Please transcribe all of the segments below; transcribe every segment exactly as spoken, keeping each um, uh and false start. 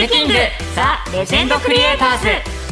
テキングザ・レジェンドクリエイターズ。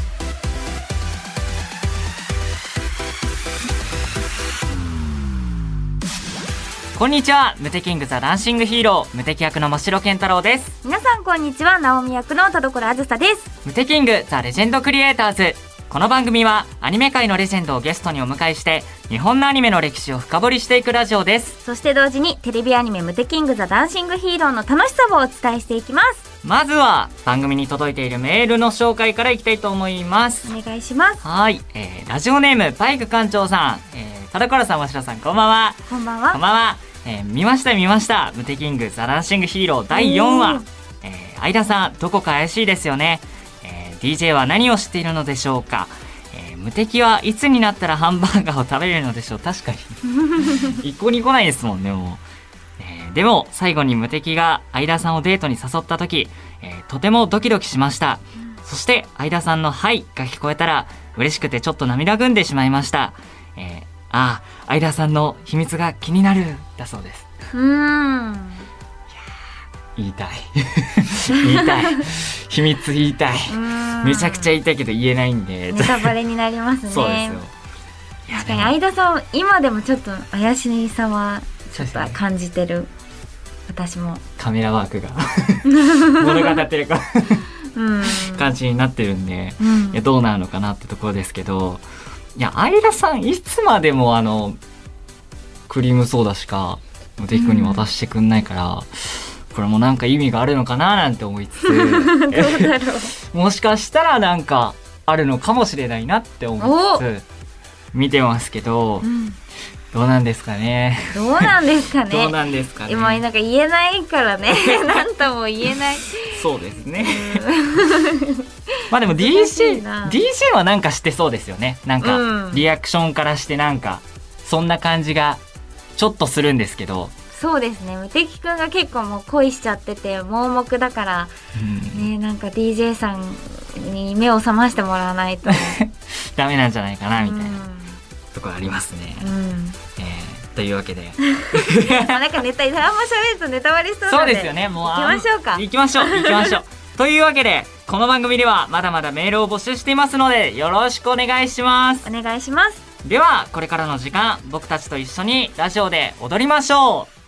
こんにちは、ムテキングザ・ダンシングヒーロー、ムテキ役の真城健太郎です。 皆さんこんにちは、ナオミ役の田所あずさです。 ムテキングザ・レジェンドクリエイターズ。この番組はアニメ界のレジェンドをゲストにお迎えして日本のアニメの歴史を深掘りしていくラジオです。 そして同時にテレビアニメムテキングザ・ダンシングヒーローの楽しさをお伝えしていきます。 まずは番組に届いているメールの紹介からいきたいと思います。 お願いします。 はい、えー、ラジオネームバイク館長さん、えー、田所さん、真城さん、こんばんは。 こんばんは。 こんばんは。えー、見ました見ましたムテキングザ・ダンシングヒーローだいよんわ。えー、相田さん、どこか怪しいですよね。えー、ディージェー は何を知っているのでしょうか。えー、ムテキはいつになったらハンバーガーを食べれるのでしょう。確かに一向に来ないですもんね、もう。えー、でも最後にムテキが相田さんをデートに誘った時、えー、とてもドキドキしました。そして相田さんのはいが聞こえたら嬉しくてちょっと涙ぐんでしまいました。えー、ああ、相田さんの秘密が気になるだそうです。 うーん、 いや言いたい言いたい秘密言いたい。めちゃくちゃ言いたいけど言えないんでネタバレになりますね。 そうですよ。 確かに相田さん今でもちょっと怪しさはちょっと感じてる。私もカメラワークが物語ってるかうん感じになってるんで、 うん、 いやどうなるのかなってところですけど、いや相田さんいつまでもあのクリームソーダしかムテキ君に渡してくんないから、うん、これもなんか意味があるのかななんて思いつつどうだろうもしかしたらなんかあるのかもしれないなって思いつつ見てますけど、うん、どうなんですかね。 どうなんですかね。 どうなんですかね。 今なんか言えないからねなんとも言えない。 そうですねまあでも ディージェー ディージェー はなんかしてそうですよね。なんかリアクションからしてなんかそんな感じがちょっとするんですけど。 そうですね、ムテキくんが結構もう恋しちゃってて盲目だから、うん、ね、なんか ディージェー さんに目を覚ましてもらわないとダメなんじゃないかなみたいな、うん、ところありますね、うん、えー、というわけでなんかネタあんま喋るとネタバレしそうなので、 そうですよね、もう行きましょうか。 行きましょう行きましょうというわけでこの番組ではまだまだメールを募集していますのでよろしくお願いします。 お願いします。 ではこれからの時間僕たちと一緒にラジオで踊りましょう。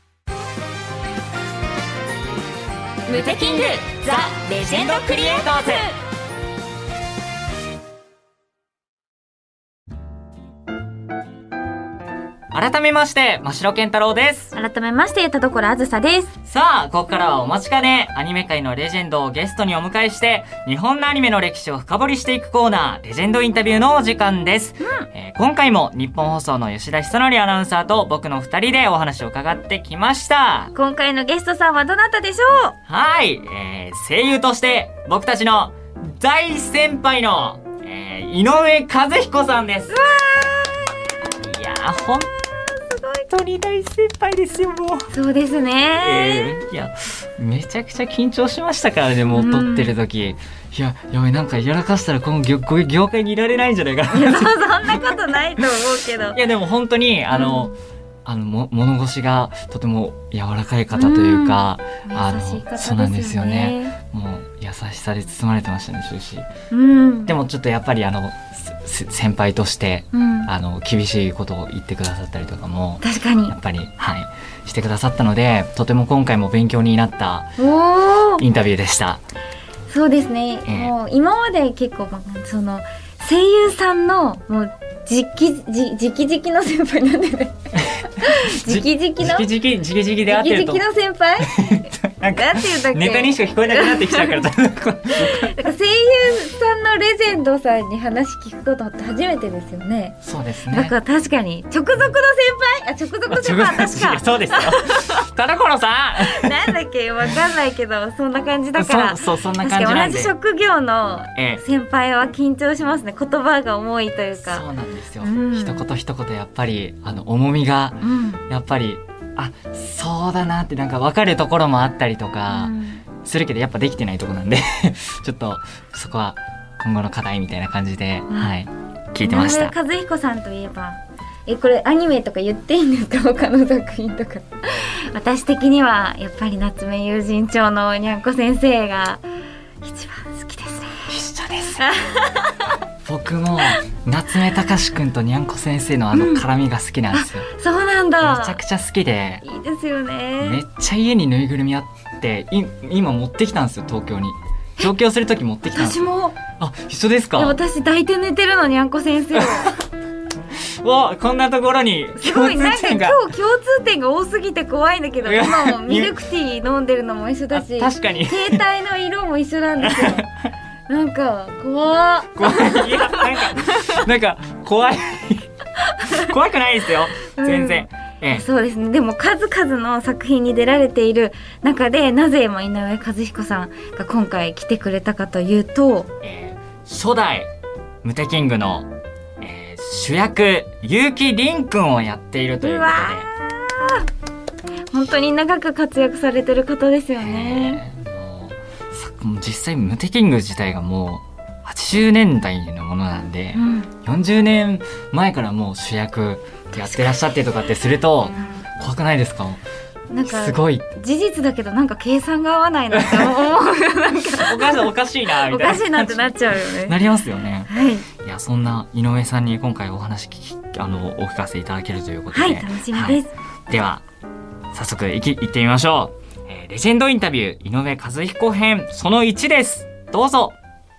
ムテキングザ・レジェンドクリエイターズ。改めまして真城健太郎です。 改めまして田所あずさです。 さあここからはお待ちかねアニメ界のレジェンドをゲストにお迎えして日本のアニメの歴史を深掘りしていくコーナー、レジェンドインタビューのお時間です、うん、えー、今回も日本放送の吉田久典アナウンサーと僕のふたりでお話を伺ってきました。 今回のゲストさんはどなたでしょう。 はい、えー、声優として僕たちの大先輩の、えー、井上和彦さんです。 うわー、いやーほん本当に大先輩ですよ。もうそうですね、 えー、いやめちゃくちゃ緊張しましたからね。もう撮ってる時、うん、いややばい、なんかやらかしたらこの 業, 業界にいられないんじゃないかな。 いや そ, そんなことないと思うけどいやでも本当にあの、うん、あのも物腰がとても柔らかい方というか、 うん、あの優しい方ですよね。 そうなんですよね。もう優しさで包まれてましたね終始、 うん、 でもちょっとやっぱりあの先輩として、うん、あの厳しいことを言ってくださったりとかも確かにやっぱり、はい、してくださったのでとても今回も勉強になったインタビューでした。 そうですね、えー、もう今まで結構その声優さんのもうじきじじきじきの先輩なんでねじきじきのじきじきじきじきで合ってるとじきじきの先輩なんかネタにしか聞こえなくなってきちゃうからなんか声優さんのレジェンドさんに話聞くことって初めてですよね。 そうですね。 だから確かに直属の先輩、あ直属の先輩確かそうですよ田所さんなんだっけわかんないけどそんな感じだからそうそうそんな感じなんで同じ職業の先輩は緊張しますね。言葉が重いというか。 そうなんですよ、うん、一言一言やっぱりあの重みが、うん、やっぱりあそうだなってなんか分かるところもあったりとかするけど、やっぱできてないところなんでちょっとそこは今後の課題みたいな感じで、うん、はい聞いてました。 井上和彦さんといえばえこれアニメとか言っていいんですか他の作品とか私的にはやっぱり夏目友人帳のにゃんこ先生が一番好きですね。 一緒です僕も夏目隆くんとにゃんこ先生のあの絡みが好きなんですよ、 うん、そうなんだ。 めちゃくちゃ好きで、 いいですよね。 めっちゃ家にぬいぐるみあってい今持ってきたんですよ、東京に上京する時持ってきたんですよ。 私も。 あ、一緒ですか。 私抱いて寝てるのにゃんこ先生をわ、こんなところにすごいなんか今日共通点が多すぎて怖いんだけど、今もミルクティー飲んでるのも一緒だし、 確かに携帯の色も一緒なんですよなんか怖っ怖い。いや、なんかなんか怖い怖くないですよ全然、うん、ええ、 そうですね。でも数々の作品に出られている中で、なぜ井上和彦さんが今回来てくれたかというと、 えー、初代ムテキングの、えー、主役結城凛くんをやっているということで、 本当に長く活躍されてる方ですよね。 えー、もうもう実際ムテキング自体がもうはちじゅうねんだいのものなんで、うん、よんじゅうねんまえからもう主役やってらっしゃってとかってすると怖くないですか。 なんかすごい事実だけどなんか計算が合わないなって思うなんかおかしいおかしいなみたいなおかしいなってなっちゃうよね。 なりますよね、 はい、 いや、そんな井上さんに今回お話聞きあのお聞かせいただけるということで、 はい、楽しみです、 はい、では早速いきいってみましょう、えー、レジェンドインタビュー井上和彦編そのいちです。どうぞ。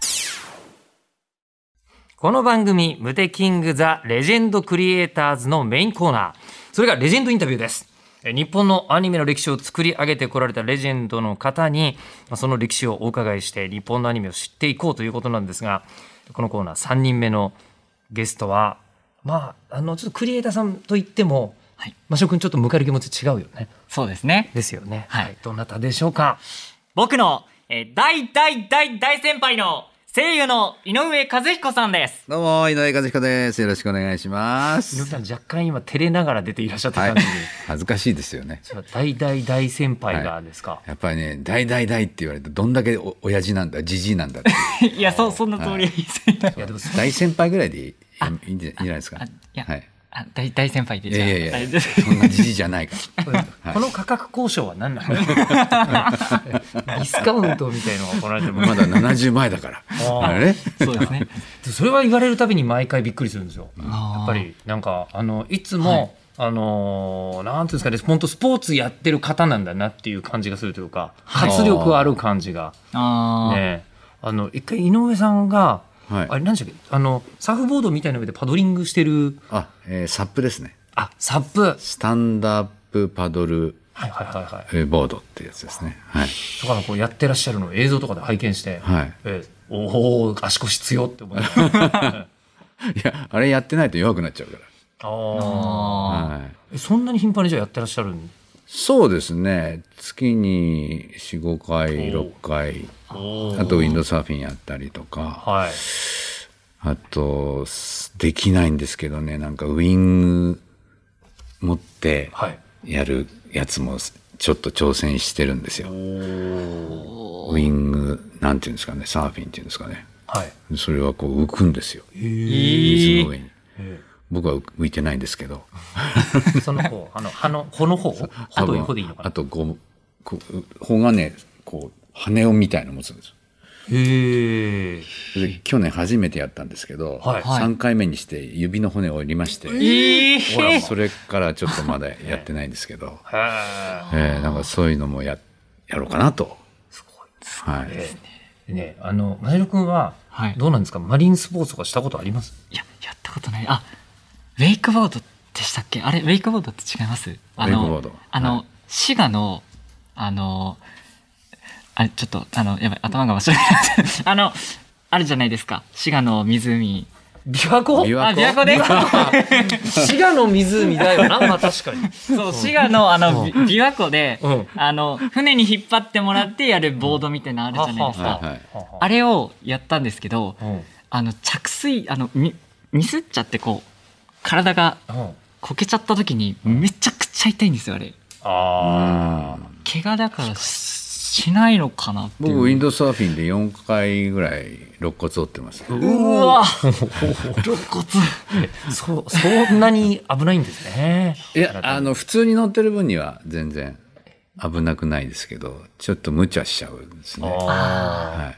この番組ムテキングザレジェンドクリエイターズのメインコーナー、それがレジェンドインタビューです。日本のアニメの歴史を作り上げてこられたレジェンドの方にその歴史をお伺いして日本のアニメを知っていこうということなんですが、このコーナーさんにんめのゲストは、まあ、あのちょっとクリエイターさんといっても、はい、マシオ君ちょっと向かいる気持ち違うよね。 そうですね。 ですよね、 はいはい、どなたでしょうか。 僕の、えー、大大大大先輩の声優の井上和彦さんです。 どうも井上和彦です。よろしくお願いします。 井上さん若干今照れながら出ていらっしゃった感じで、はい、 恥ずかしいですよね。 大大大先輩がですか、はい、 やっぱりね大大大って言われるとどんだけお親父なんだじじいなんだっていや そ, そんな通り、はい、 いやでも大先輩ぐらいでいい、いいんじゃないですか。 いや、 はい、 あ 大, 大先輩でじゃあ、 いやいやいやそんなじじいじゃないから、 はい、この価格交渉は何なのディスカウントみたいのが行われてる。 まだななじゅうまえだからあれそうですねそれは言われるたびに毎回びっくりするんですよ。やっぱりなんかあのいつも、はい、あのなんていうんですかね、本当スポーツやってる方なんだなっていう感じがするというか、活力ある感じが、 あ、 ね、あの一回井上さんがはい、 あれ何でしたっけ、あのサーフボードみたいな上でパドリングしてる、 あ、えー、サップですね。 あ、サップ、 スタンドアップパドル、 はいはいはいはい、 ボードってやつですね。はい。 とかのこうやってらっしゃるのを映像とかで拝見して、 はい。 えー、おお足腰強って思いました。 いや、あれやってないと弱くなっちゃうから。 ああ、 はい。 そんなに頻繁にじゃあやってらっしゃるん？ そうですね。月によん、ごかい、ろっかい、あとウィンドサーフィンやったりとか、 はい、 あとできないんですけどね、なんかウィング持ってやるやつもちょっと挑戦してるんですよ。ウィングなんていうんですかね、サーフィンっていうんですかね、 はい、 それはこう浮くんですよ、水の上に。僕は浮いてないんですけどその方、あの葉の穂の方、穂という方でいいのかな。 あとこうこう穂がね、こう羽をみたいの持つんですよ。 へで去年初めてやったんですけど、はい、さんかいめにして指の骨を折りまして、 えー、 それからちょっとまだやってないんですけど、えー、なんかそういうのも や, やろうかなと。 すごい、 はい、 えーね、あのマネル君はどうなんですか、はい、マリンスポーツとかしたことあります？ いや、やったことない。あ、ウェイクボードでしたっけ？あれ、ウェイクボードって違います？あの、 ウェイクボード、 あの、 はい、 滋賀の、あの、あれ、ちょっと、あの、やばい、頭が真っ白い。あの、あるじゃないですか。滋賀の湖。 琵琶湖？ 琵琶湖？ あ、琵琶湖です。 滋賀の湖だよな、まあ確かに。 そう、滋賀の、あの、琵琶湖で、うん、あの、船に引っ張ってもらってやるボードみたいなのあるじゃないですか。 はいはい、 あれをやったんですけど、 うん、 あの、着水、あの、み、ミスっちゃってこう、体がこけちゃった時にめちゃくちゃ痛いんですよ、あれ。 ああ。 怪我だからしないのかなっていう。 僕ウィンドサーフィンでよんかいぐらい肋骨折ってます。 うわ肋骨そ, そんなに危ないんですね。 いや、あの普通に乗ってる分には全然危なくないですけど、ちょっと無茶しちゃうんですね。 あ、 はい、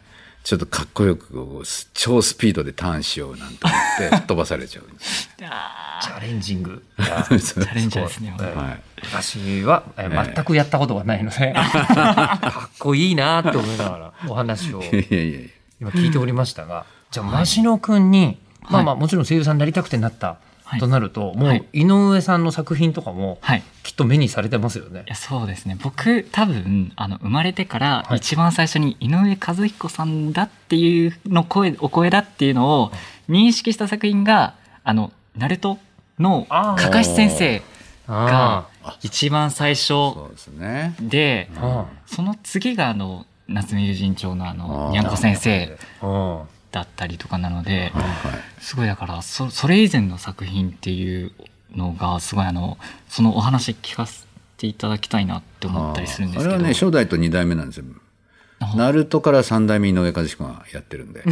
ちょっとかっこよくこう超スピードでターンしようなんて思って飛ばされちゃうんですチャレンジングチャレンジャーですね、 はい、私は全くやったことがないので、えー、かっこいいなと思いながらお話を今聞いておりましたが、じゃあ増野くんに、はい、まあまあもちろん声優さんになりたくてなったとなると、はい、もう井上さんの作品とかもきっと目にされてますよね。 いやそうですね、僕多分あの生まれてから一番最初に井上和彦さんだっていうの声お声だっていうのを認識した作品があのナルトのかかし先生が一番最初で、その次があの夏目友人帳のあのにゃんこ先生だったりとかなので、すごいだから そ, それ以前の作品っていうのがすごいあのそのお話聞かせていただきたいなって思ったりするんですけど、 あれはね初代とに代目なんですよ。ナルトからさん代目井上和彦がやってるんで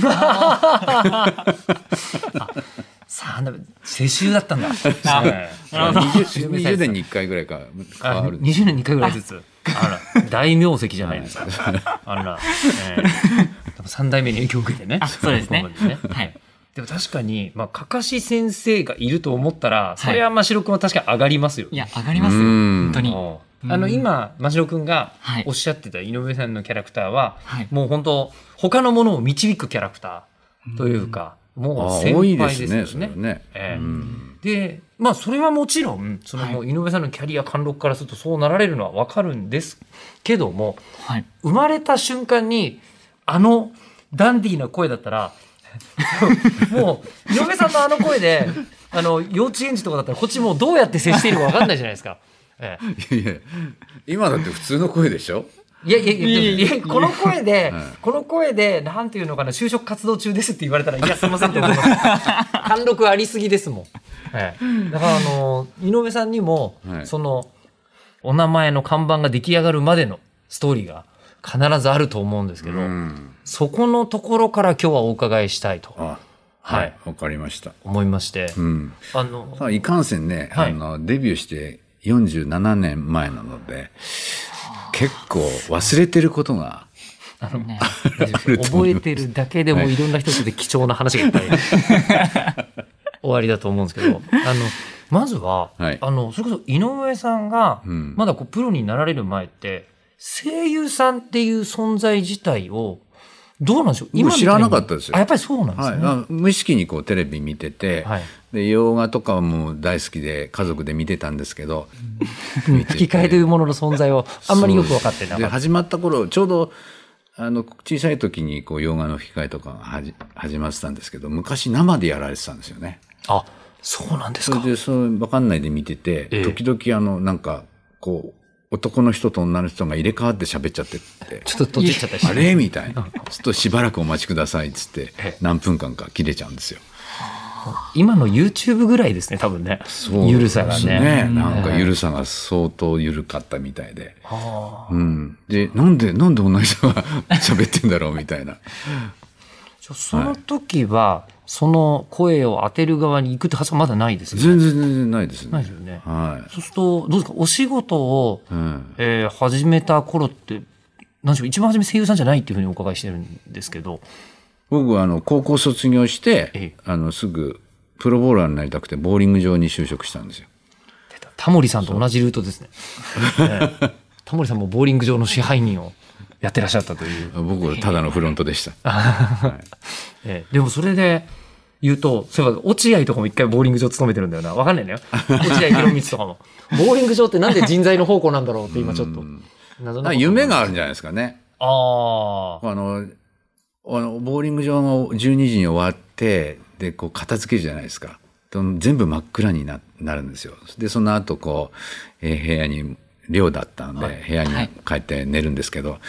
さあ世襲だったんだ。にじゅうねんにいっかいぐらいか変わる。 にじゅうねんにいっかいぐらいずつ。あら大名跡じゃないですか。あら、えー、さん代目に影響を受けてね。 そうですね。 はい。でも確かに、まあ、かかし先生がいると思ったら、それは真城くんは確かに上がりますよ。 いや、上がりますよ。本当に。 あの、今、真城くんがおっしゃってた井上さんのキャラクターは、はい、もう本当、他のものを導くキャラクターというか、もう先輩ですよね。 ねえー、で、まあ、それはもちろん、そのもう井上さんのキャリア貫禄からするとそうなられるのはわかるんですけども、はい、生まれた瞬間に、あのダンディーな声だったら、もう、井上さんのあの声で、あの、幼稚園児とかだったら、こっちもうどうやって接しているかわかんないじゃないですか。ええ、いやいや、今だって普通の声でしょ？ いやいやいや、この声で、はい、この声で、なんていうのかな、就職活動中ですって言われたら、いや、すいませんって思います。貫禄ありすぎですもん。ええ、だから、あの、井上さんにも、はい、その、お名前の看板が出来上がるまでのストーリーが必ずあると思うんですけど、そこのところから今日はお伺いしたいと。 あ、はい。わかりました。 思いまして。 うん。あの、いかんせんね、はい、あの、デビューしてよんじゅうななねんまえなので、結構忘れてることがあの、ね、覚えてるだけでもいろんな人で貴重な話がいっぱい終わりだと思うんですけど、あのまずは、はい、あのそれこそ井上さんがまだこうプロになられる前って、声優さんっていう存在自体をどうなんでしょう。 今知らなかったですよ。 あ、やっぱりそうなんですね。 はい、無意識にこうテレビ見てて、はい、で洋画とかも大好きで家族で見てたんですけど、 吹き替えというものの存在をあんまりよく分かってなかった。 で始まった頃ちょうどあの小さい時にこう洋画の吹き替えとかがはじ始まってたんですけど、昔生でやられてたんですよね。 あ、そうなんですか。 それでそう分かんないで見てて、ええ、時々あのなんかこう男の人と女の人が入れ替わって喋っちゃってって、 ちょっと閉じちゃったりして、 あれみたいな、ちょっとしばらくお待ちくださいっつって何分間か切れちゃうんですよ。 今の YouTube ぐらいですね、多分ね。 そうゆるさがね。 ね、なんかゆるさが相当ゆるかったみたいで、うん、でなんでなんで同じ人が喋ってんだろうみたいな。 その時は、その声を当てる側に行くって発想はまだないですよね。 全然全然ないですね。 ないですよね。 はい。 そうするとどうですか、お仕事を、うんえー、始めた頃って何でしょう、一番初め声優さんじゃないっていうふうにお伺いしてるんですけど。 僕はあの高校卒業して、ええ、あのすぐプロボーラーになりたくてボーリング場に就職したんですよ。 タモリさんと同じルートですね。ね、タモリさんもボーリング場の支配人をやってらっしゃったという。 僕はただのフロントでした。 はいええ、でもそれで言うと、そういえば落合とかも一回ボーリング場勤めてるんだよな。わかんないんだよ。落合博満とかも。ボーリング場ってなんで人材の宝庫なんだろうって今ちょっと謎の夢があるんじゃないですかね。 ああ。 あのあのボーリング場がじゅうにじに終わってでこう片付けるじゃないですか。全部真っ暗に な, なるんですよ。でその後こう、えー、部屋に寮だったので、はい、部屋に帰って寝るんですけど、はい、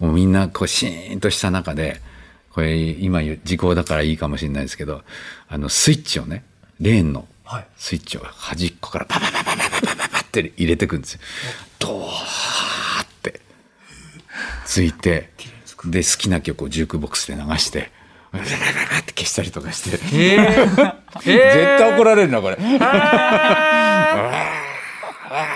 もうみんなこうシーンとした中でこれ今時効だからいいかもしれないですけど、あのスイッチをね、レーンのスイッチを端っこからパパパパパパパパって入れてくんですよ。ドーってついて、で好きな曲をジュークボックスで流してババババって消したりとかして、えーえー、絶対怒られるなこれ。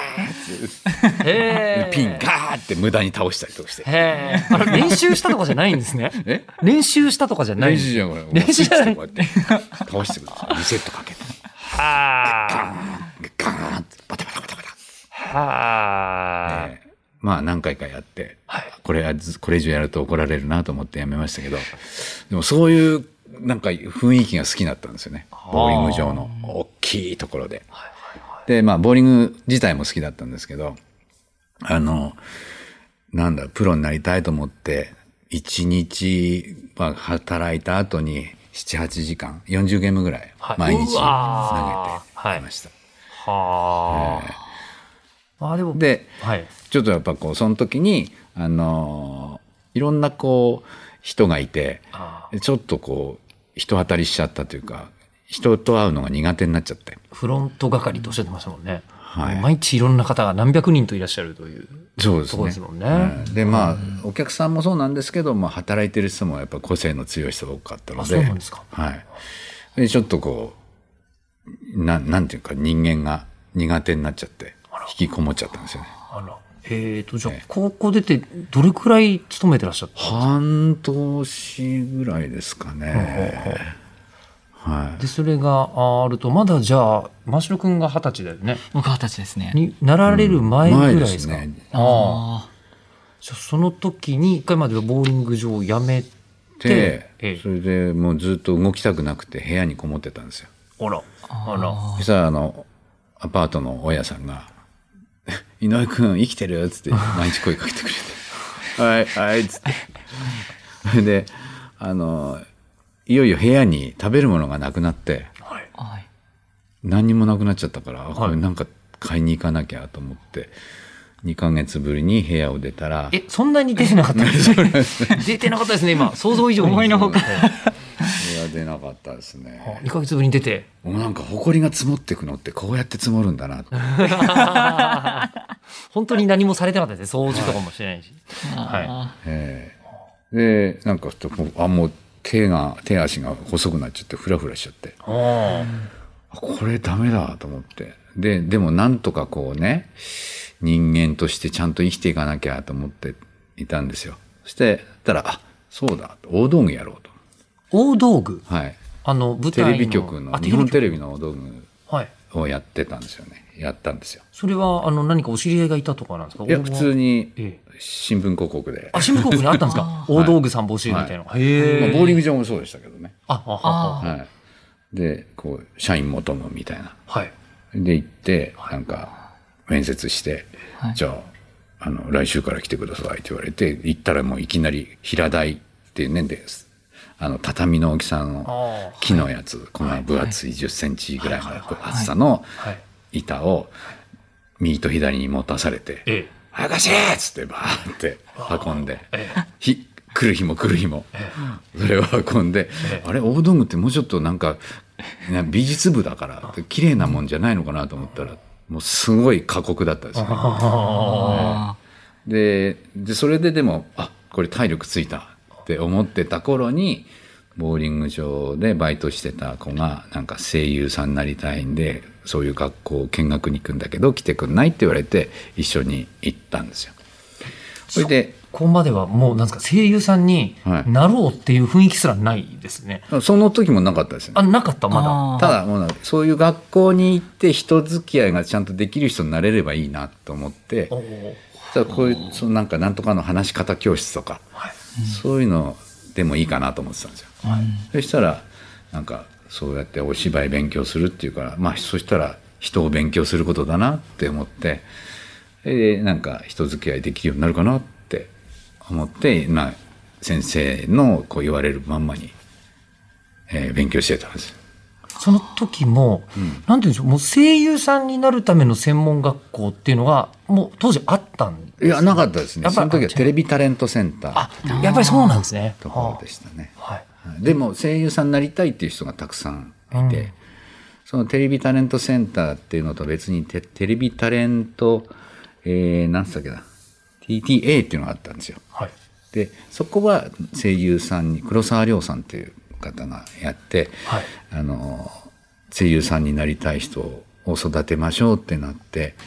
へーピンガーって無駄に倒したりとかして。 へーあれ練習したとかじゃないんですね。 え練習したとかじゃない練習じゃんこれ。 練習じゃないこうやって倒してくるんですよ。リセットかけて。 はガーンガーンってバタバタバタバタ。 あはあ、 えーまあ何回かやって、 はいこれはずこれ以上やると怒られるなと思ってやめましたけど、でもそういうなんか雰囲気が好きだったんですよね。ボーリング場の大きいところで。で、まあボーリング自体も好きだったんですけど、あの、なんだ、プロになりたいと思って、一日、まあ、働いた後になな、はちじかん、よんじゅうゲームぐらいはい毎日うわー投げてました。 はあ、 えーあでもで、 はいちょっとやっぱこう、その時に、あのーいろんなこう、人がいて、 あちょっとこう、人当たりしちゃったというか、人と会うのが苦手になっちゃって。 フロント係とおっしゃってましたもんね。 はい毎日いろんな方が何百人といらっしゃるという。 そうですね。 そうですもんねはいで、まあ、お客さんもそうなんですけど、まあ、働いてる人もやっぱ個性の強い人が多かったので。 あそうなんですかはい。で、ちょっとこう、ななんていうか人間が苦手になっちゃって、引きこもっちゃったんですよね。 あら。えーと、じゃあええ、 高校出てどれくらい勤めてらっしゃったんですか？ 半年ぐらいですかね。はい。 で、それがあると、まだじゃあ、真城くんが二十歳だよね。 僕二十歳ですね。 になられる前ぐらいですか？ 前ですねああ。 あじゃあその時に一回まではボーリング場を辞めて、 で、 ええそれでもうずっと動きたくなくて部屋にこもってたんですよ。 あら、あら。 そしたらあの、アパートの大家さんが、井上くん生きてるっつって毎日声かけてくれて、はい、はい、っつって。それで、あの、いよいよ部屋に食べるものがなくなって、 はい。 あ、はい。 何にもなくなっちゃったから、あこはいれなんか買いに行かなきゃと思って、にかげつぶりに部屋を出たら、 え、そんなに出てなかったんですか？出てなかったですね、今。想像以上に。 思いのほか部屋出なかったですね。 にかげつぶりに出て。 もうなんか埃が積もってくのってこうやって積もるんだなって。 本当に何もされてなかったですね。掃除とかもしてないし。はい。 あええで、なんかちょっともう、あ、もう手が、手足が細くなっちゃって、フラフラしちゃって、 ああこれダメだと思って。で、でもなんとかこうね、人間としてちゃんと生きていかなきゃと思っていたんですよ。そして、たら、あ、そうだ、大道具やろうと。 大道具。 はい。 あの、舞テ台の。 レビ局の、 あ日本テレビ。 ビの大道具はい。 をやってたんですよね。やったんですよ。 それは、あの、何かお知り合いがいたとかなんですか？ いや、普通にええ新聞広告で。 あ、新聞広告にあったんですか？大道具さん募集みたいなの。へえ。 まあボーリング場もそうでしたけどね。 あ、あ、はあはい。で、こう、社員求むみたいな。 はい。 で、行って、なんか、面接して、 はいじゃあ、あの、来週から来てくださいって言われて、行ったらもういきなり平台っていうね、です。あの、畳の大きさのああ。 木のやつ、この分厚いじゅっセンチぐらいの厚さのはい。 板を、右と左に持たされて、 ええ。 早かしいっつってバーって運んで、 ええ。 ひ来る日も来る日も、それを運んで、 ええあれ大道具ってもうちょっとなんかね美術部だから綺麗なもんじゃないのかなと思ったらもうすごい過酷だったですね。 あででそれででもあこれ体力ついたって思ってた頃にボーリング場でバイトしてた子がなんか声優さんになりたいんでそういう学校を見学に行くんだけど来てくんないって言われて一緒に行ったんですよ。それでここまではもう、なんですか、声優さんにはいなろうっていう雰囲気すらないですね。 その時もなかったですよね。 あ、なかった、まだ。 あーただもうそういう学校に行って人付き合いがちゃんとできる人になれればいいなと思っておーただこういうそのなんかなんとかの話し方教室とか、 はい。 そういうのでもいいかなと思ってたんですよ。そしたらなんかそうやってお芝居勉強するっていうからまあそしたら人を勉強することだなって思ってでなんか人付き合いできるようになるかなって思ってまあ先生のこう言われるまんまに、えー勉強してたんです。 その時も、なんていうんでしょう、もう声優さんになるための専門学校っていうのが、もう当時あったんですいやなかったですね。 やっぱその時はテレビタレントセンタあー、 やっぱりそうなんですね。 ところでしたね。 はい。 でも声優さんになりたいっていう人がたくさんいて、 うんそのテレビタレントセンターっていうのと別にテテレビタレント、えー、なんつったっけな ティーティーエー っていうのがあったんですよ。 はい。 でそこは声優さんに黒沢亮さんっていう方がやって、 はい。 あの声優さんになりたい人を育てましょうってなって、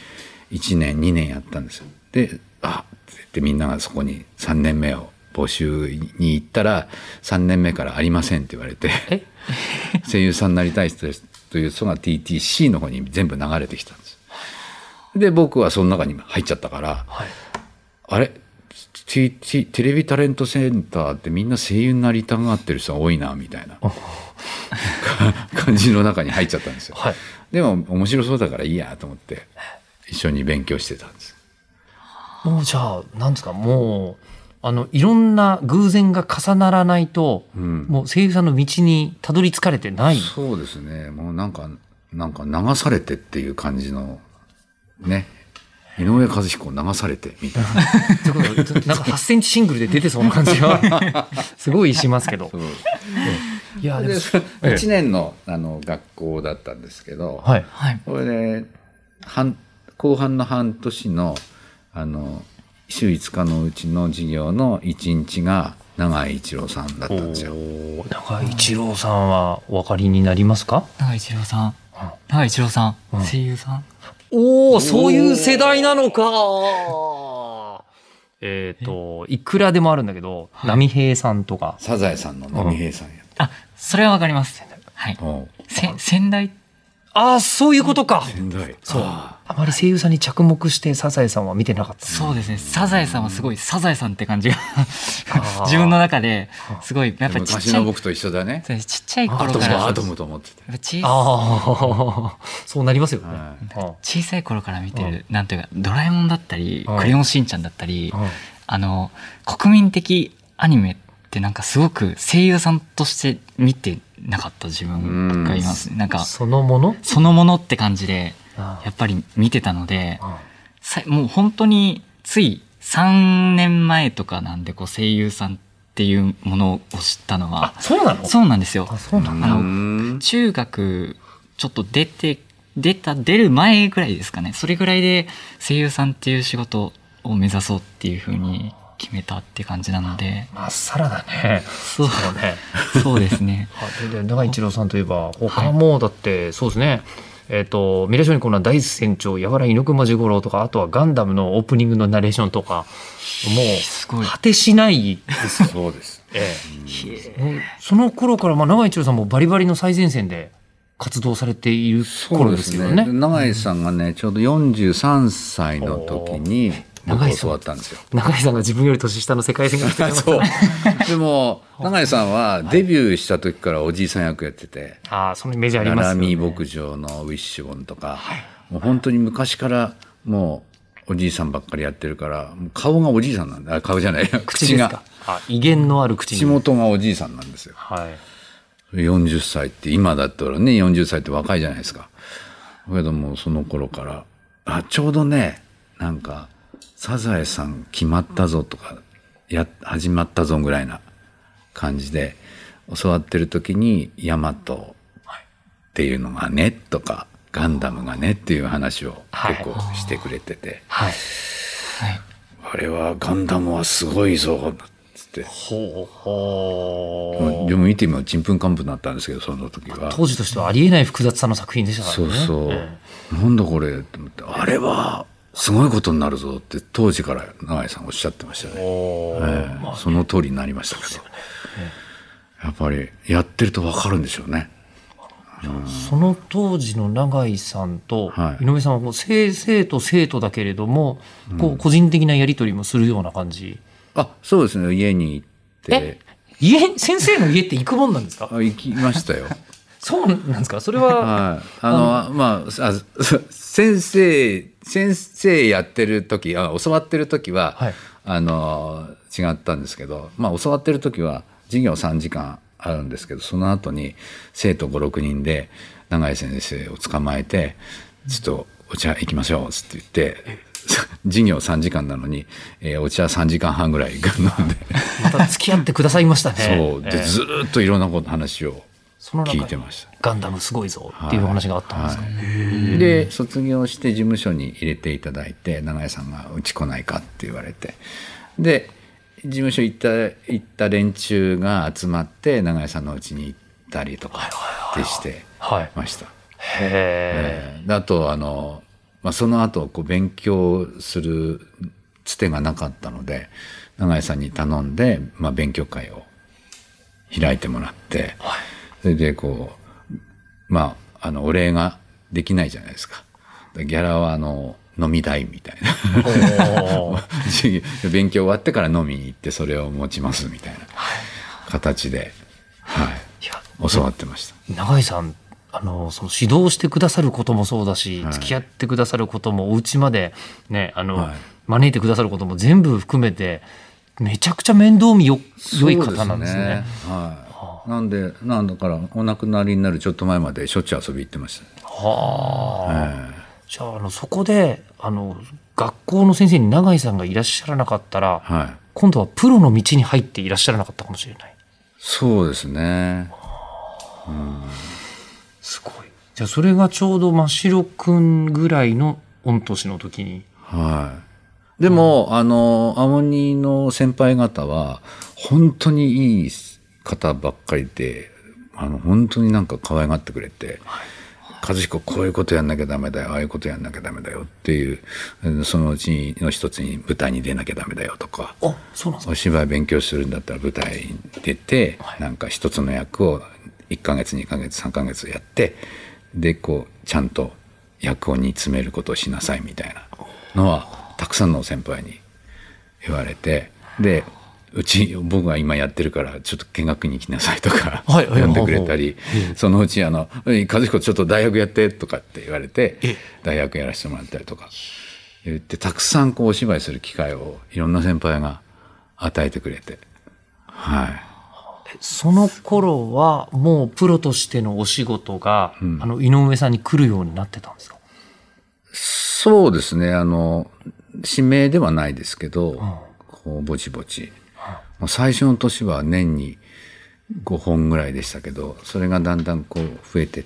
いちねんにねんやったんですよ。であって言ってみんながそこにさんねんめを募集に行ったらさんねんめからありませんって言われて声優さんになりたい人ですという人が ティーティーシー の方に全部流れてきたんです。で僕はその中に入っちゃったから、はい、あれ ティーティー テレビタレントセンターってみんな声優になりたがってる人が多いなみたいな感じの中に入っちゃったんですよ、はい、でも面白そうだからいいやと思って一緒に勉強してたんです。 もうじゃあなんですか、もうあのいろんな偶然が重ならないと、うん、もう声優さんの道にたどり着かれてない。 そうですね、もうなんかなんか流されてっていう感じのね、井上和彦流されてみたいななんかはちセンチシングルで出てそうな感じがすごいしますけど。 いやでもいちねん の, あの学校だったんですけど、はい、これで半後半の半年のあの週いつかのうちの授業のいちにちが永井一郎さんだったんですよ。 永井一郎さんはお分かりになりますか？ 永井一郎さん、永井一郎さん、うん、声優さん。 おお、そういう世代なのか。えっ、ー、といくらでもあるんだけど、はい、波平さんとかサザエさんの波平さんや、うん、 あ、それはわかります。はい。せ仙台。 ああ、そういうことか。 仙台。 そう。あまり声優さんに着目してサザエさんは見てなかった。 そうですね。サザエさんはすごいサザエさんって感じが自分の中ですごいやっぱりちっちゃい。昔の僕と一緒だね。 ちっちゃい頃からアトムと思ってて。 ああ、そうなりますよね。 小さい頃から見てるなんというかドラえもんだったりクレヨンしんちゃんだったり、あの国民的アニメってなんかすごく声優さんとして見てなかった自分がいます。なんかそのものそのものって感じでやっぱり見てたので、もう本当についさんねんまえとかなんでこう声優さんっていうものを知ったのは。 あ、そうなの？ そうなんですよ。 あ、そうなんだ。あの中学ちょっと出て出た出る前ぐらいですかね。それぐらいで声優さんっていう仕事を目指そうっていうふうに決めたって感じなので。 まっさらだね。 そうね。そうですね。 で永井一郎さんといえば他もだってそうですね。はい、えっ、ー、と未来少年コーナー大船長やわら猪熊治五郎とか、あとはガンダムのオープニングのナレーションとか、もう果てしないです。 そうです。 ええ、もうその頃からまあ永井一郎さんもバリバリの最前線で活動されている頃ですよね。 永井さんがねちょうどよんじゅうさんさいの時に僕を教わったんですよ。 永井さんが自分より年下の世界線が来てますそうでも永井さんはデビューした時からおじいさん役やってて、 ああ、そのイメージありますよね。 ララミー牧場のウィッシュボンとか、はい、もう本当に昔からもうおじいさんばっかりやってるから、もう顔がおじいさんなんだ。あ、顔じゃない、口が。 あ、威厳のある口に。 口元がおじいさんなんですよ。はい。よんじゅっさいって今だったらね、よんじゅっさいって若いじゃないですか。だけどもその頃から、あ、ちょうどね、なんかサザエさん決まったぞとか、や始まったぞぐらいな感じで教わってる時にヤマトっていうのがねとかガンダムがねっていう話を結構してくれてて、はいはい、あれはガンダムはすごいぞつって、ほうほう、でも見てみればちんぷんかんぷんだったんですけど、その時は当時としてはありえない複雑さの作品でしたからね。 そうそう、えー、なんだこれと思って、あれはすごいことになるぞって当時から永井さんおっしゃってましたね。えー、その通りになりましたけど、やっぱりやってると分かるんでしょうね。 うん、その当時の永井さんと井上さんはもう生徒生徒だけれども、うん、こう個人的なやり取りもするような感じ。 あ、そうですね、家に行って。 え、家、先生の家って行くもんなんですか？ あ、行きましたよ。 そうなんですか？それは、はい、 あの、あのまああ先生先生やってる時、あ、教わってる時は、はい、あの違ったんですけど、まあ教わってる時は授業さんじかんあるんですけど、その後に生徒ごろくにんで永井先生を捕まえて、ちょっとお茶行きましょうって言って授業さんじかんなのに、えー、お茶さんじかんはんぐらい飲んでまた付き合ってくださいましたね。 そうで、えー、ずっといろんなこと話を聞いてました。 ガンダムすごいぞっていう話があったんですか？はいはい、 で卒業して事務所に入れていただいて、永井さんがうち来ないかって言われて、で事務所行った行った連中が集まって永井さんのうちに行ったりとかってしてました。へえ。あとあのまあ、その後こう勉強するつてがなかったので永井さんに頼んで、まあ、勉強会を開いてもらって、はい、それでこうまああのお礼ができないじゃないですか。ギャラはあの飲み代みたいな勉強終わってから飲みに行ってそれを持ちますみたいな形で、はい、いや教わってました。 永井さんあのその指導してくださることもそうだし、はい、付き合ってくださることもお家まで、ね、あの、はい、招いてくださることも全部含めてめちゃくちゃ面倒見よ良い方なんですね。 はい、なんでなんだからお亡くなりになるちょっと前までしょっちゅう遊び行ってました。 はあ、えーじゃあ、あのそこであの学校の先生に永井さんがいらっしゃらなかったら、はい、今度はプロの道に入っていらっしゃらなかったかもしれない。 そうですね、うん、 すごい。じゃあそれがちょうど真城くんぐらいの御年の時に。 はい、でも、うん、あのアモニの先輩方は本当にいい方ばっかりであの本当になんか可愛がってくれて、はい、和彦こういうことやんなきゃダメだよああいうことやんなきゃダメだよっていうそのうちの一つに舞台に出なきゃダメだよとか、 あ、そうなんですか。 お芝居勉強するんだったら舞台に出て、はい、なんか一つの役をいっかげつにかげつさんかげつやってでこうちゃんと役を煮詰めることをしなさいみたいなのはたくさんの先輩に言われて、でうち僕が今やってるからちょっと見学に来なさいとか呼んでくれたり、そのうちあの「和彦ちょっと大学やって」とかって言われて大学やらせてもらったりとか言ってたくさんこうお芝居する機会をいろんな先輩が与えてくれて、はい。 その頃はもうプロとしてのお仕事が、うん、あの井上さんに来るようになってたんですか？ そうですね、あの指名ではないですけど、うん、こうぼちぼち。最初の年は年にごほんぐらいでしたけどそれがだんだんこう増えてって、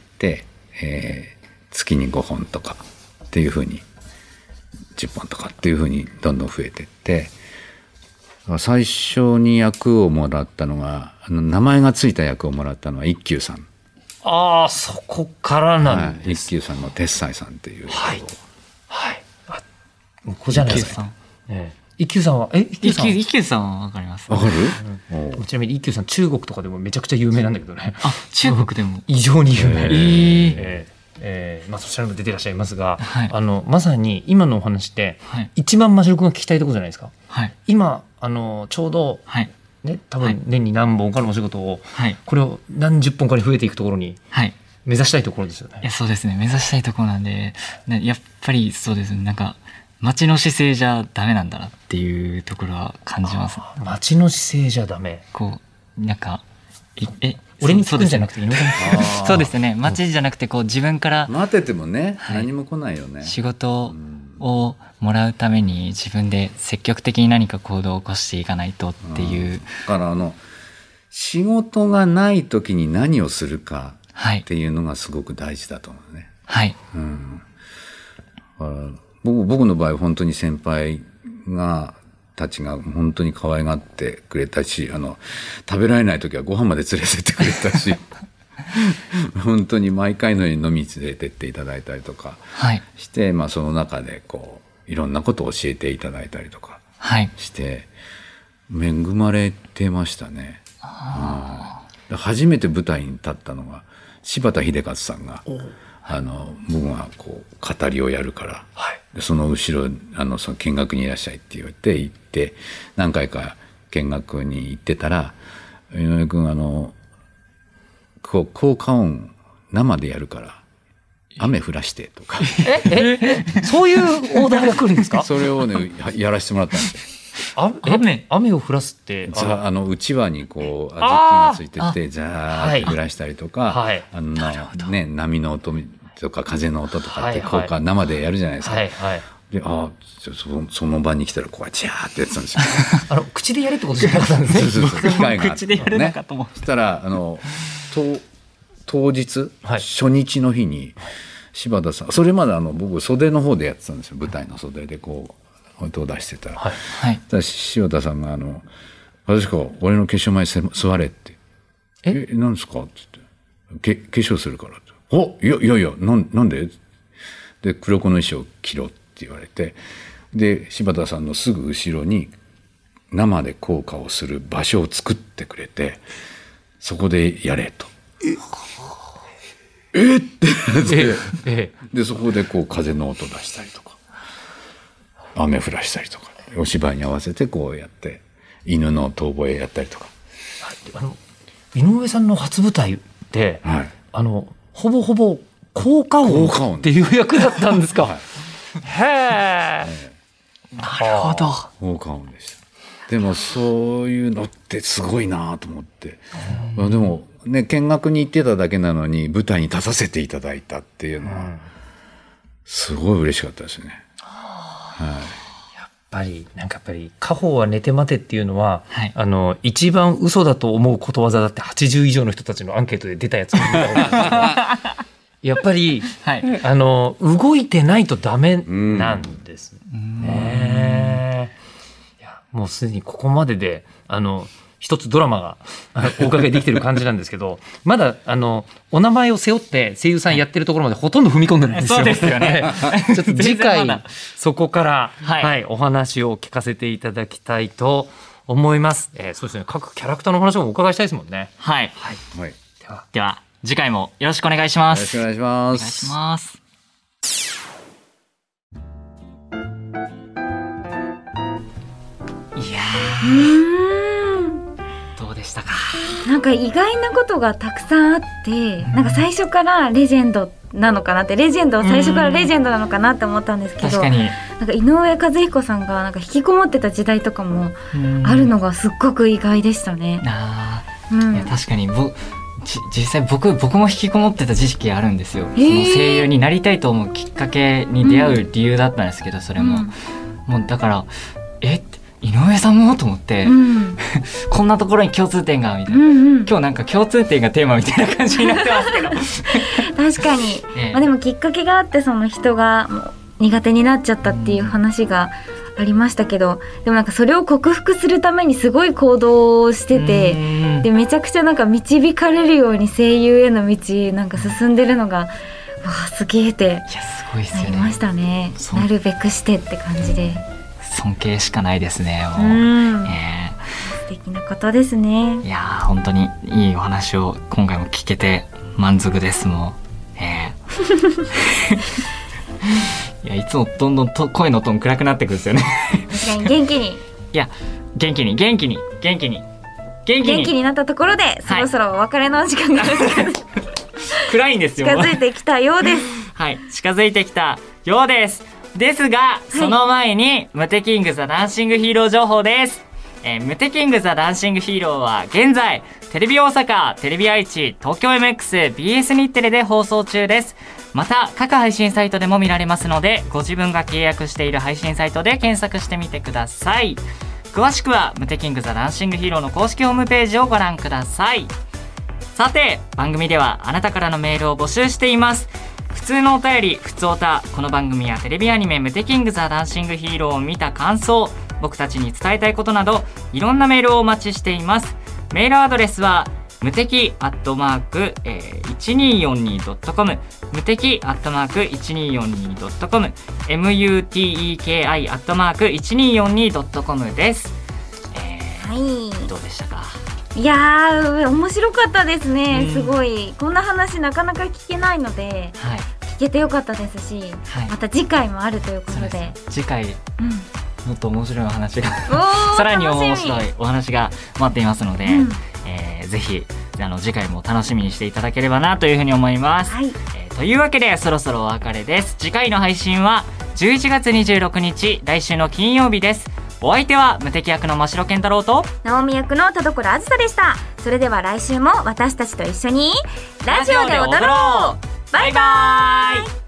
えー、月にごほんとかっていうふうにじゅっぽんとかっていうふうにどんどん増えてって最初に役をもらったのがあの名前がついた役をもらったのは一休さん。 ああそこからなんです、はい、 一休さんの鉄斎さんっていう役を、はいはい、あここじゃないですか。ええ一休さんはえ一休さん一休さんは分かります。 分かる、 うん、ちなみに一休さん中国とかでもめちゃくちゃ有名なんだけどね。 あ中国でも異常に有名。えーえーえーまあ、そちらも出てらっしゃいますが、 はい、 あのまさに今のお話って、はい、一番真城君が聞きたいところじゃないですか、はい、今あのちょうど、はいね、多分年に何本かのお仕事を、はい、これを何十本かに増えていくところに目指したいところですよね。 いやそうですね目指したいところなんでやっぱりそうですねなんか町の姿勢じゃダメなんだなっていうところは感じます。 町の姿勢じゃダメ。 こうなんかえ俺に聞くんじゃなくて井上さんに聞く。そうですね。町じゃなくてこう自分から待っててもね、はい、何も来ないよね。 仕事をもらうために自分で積極的に何か行動を起こしていかないとっていう。 だからあの仕事がない時に何をするかっていうのがすごく大事だと思うね。 はい。 うん。だから僕, 僕の場合本当に先輩がたちが本当に可愛がってくれたしあの食べられない時はご飯まで連れてってくれたし本当に毎回のように飲み連れてっていただいたりとかして、はいまあ、その中でこういろんなことを教えていただいたりとかして、はい、恵まれてましたね。あ、うん、初めて舞台に立ったのが柴田秀和さんがあの僕がこう語りをやるから、はい、でその後ろあのその見学にいらっしゃいって言って行って何回か見学に行ってたら井上君あのこう効果音生でやるから雨降らしてとかええそういうオーダーが来るんですか？ それをねやらせてもらったんですよ。 あ雨雨を降らすってあのうちわにこう小豆がついててザーッと降らしたりとか、はい、あのね波の音とか風の音とかって効果生でやるじゃないですか。はいはい、であ そ, その場に来たらこうジャーってやってたんですよ。 あの口でやれってことじゃなかったんですね。 そうそうそう機械があって、ね、 口でやるのかと思う。 そしたらあのと当日、はい、初日の日に柴田さんそれまであの僕袖の方でやってたんですよ。舞台の袖でこう音を出してたら、はいはい、柴田さんがあの「和彦俺の化粧前座れ」って「ええ何ですか?」って言って「化粧するから」って「おいやいやいやな ん, なんで?」 で黒子の衣装を着ろって言われて、で柴田さんのすぐ後ろに生で効果をする場所を作ってくれて、そこでやれと。ええってええでそこでこう風の音出したりとか雨降らしたりとか、お芝居に合わせてこうやって犬の遠吠えやったりとか。 あの井上さんの初舞台で、はい、あのほぼほぼ効果音っていう役だったんですか。はい、へえ、なるほど。 効果音でした。でもそういうのってすごいなと思って、うん、でもね見学に行ってただけなのに舞台に立たせていただいたっていうのはすごい嬉しかったですね。はい、 やっぱりなんかやっぱり家宝は寝て待てっていうのは、はい、あの一番嘘だと思うことわざだってはちじゅう以上の人たちのアンケートで出たやつやっぱり、はい、あの動いてないとダメなんですね。いやもうすでにここまでであの一つドラマがお伺いできてる感じなんですけどまだあのお名前を背負って声優さんやってるところまでほとんど踏み込んでないんですよ。 そうですよねちょっと次回そこから、はいはい、お話を聞かせていただきたいと思います。えー、そうですね、各キャラクターの話もお伺いしたいですもんね。 はい、はいはい、ではでは次回もよろしくお願いします。 よろしくお願いします。 お願いします。いやーどうでしたか。 なんか意外なことがたくさんあって、なんか最初からレジェンドなのかなって、レジェンドは最初からレジェンドなのかなって思ったんですけど、 確かになんか井上和彦さんがなんか引きこもってた時代とかもあるのがすっごく意外でしたね。 あ、うん、いや確かにぼ実際僕僕も引きこもってた時期あるんですよ。その声優になりたいと思うきっかけに出会う理由だったんですけど、それも、うん、もうだからえって井上さんもと思って、うん、こんなところに共通点がみたいな、うんうん、今日なんか共通点がテーマみたいな感じになってますけど確かに、ええまあ、でもきっかけがあってその人がもう苦手になっちゃったっていう話がありましたけど、でもなんかそれを克服するためにすごい行動をしてて、でめちゃくちゃなんか導かれるように声優への道なんか進んでるのがわあすげえっていやすごいっすよね。 なりましたね。なるべくしてって感じで尊敬しかないですね。もう、 うんえー、素敵な方ですね。 いや本当にいいお話を今回も聞けて満足ですもん、えー、いやいつもどんどんと声のトーン暗くなってくるんですよね確かに元気にいや元気に元気に元気に元気に元気になったところで、はい、そろそろお別れの時間が暗いんですよ。 近づいてきたようですはい近づいてきたようですですが、その前にムテキングザダンシングヒーロー情報です。えー、ムテキングザダンシングヒーローは現在テレビ大阪、テレビ愛知、東京 エムエックス、ビーエス 日テレで放送中です。また各配信サイトでも見られますので、ご自分が契約している配信サイトで検索してみてください。詳しくはムテキングザダンシングヒーローの公式ホームページをご覧ください。さて番組ではあなたからのメールを募集しています。普通のお便り、ふつおた、この番組やテレビアニメムテキングザダンシングヒーローを見た感想、僕たちに伝えたいことなどいろんなメールをお待ちしています。メールアドレスはムテキアットマーク いちにーよんにードットコム ムテキアットマーク いちにーよんにードットコム ムテキアットマーク いちにーよんにードットコム です、えーはい、どうでしたか。 いやー面白かったですね、うん、すごいこんな話なかなか聞けないので、はい、聞けてよかったですし、はい、また次回もあるということ で, で次回、うん、もっと面白いお話がさらに面白いお話が待っていますので、うんえー、ぜひあの次回も楽しみにしていただければなというふうに思います、はいえー、というわけでそろそろお別れです。次回の配信はじゅういちがつにじゅうろくにち来週の金曜日です。お相手は無敵役の真城健太郎と直美役の田所あずさでした。それでは来週も私たちと一緒にラジオで踊ろう。バイバイ。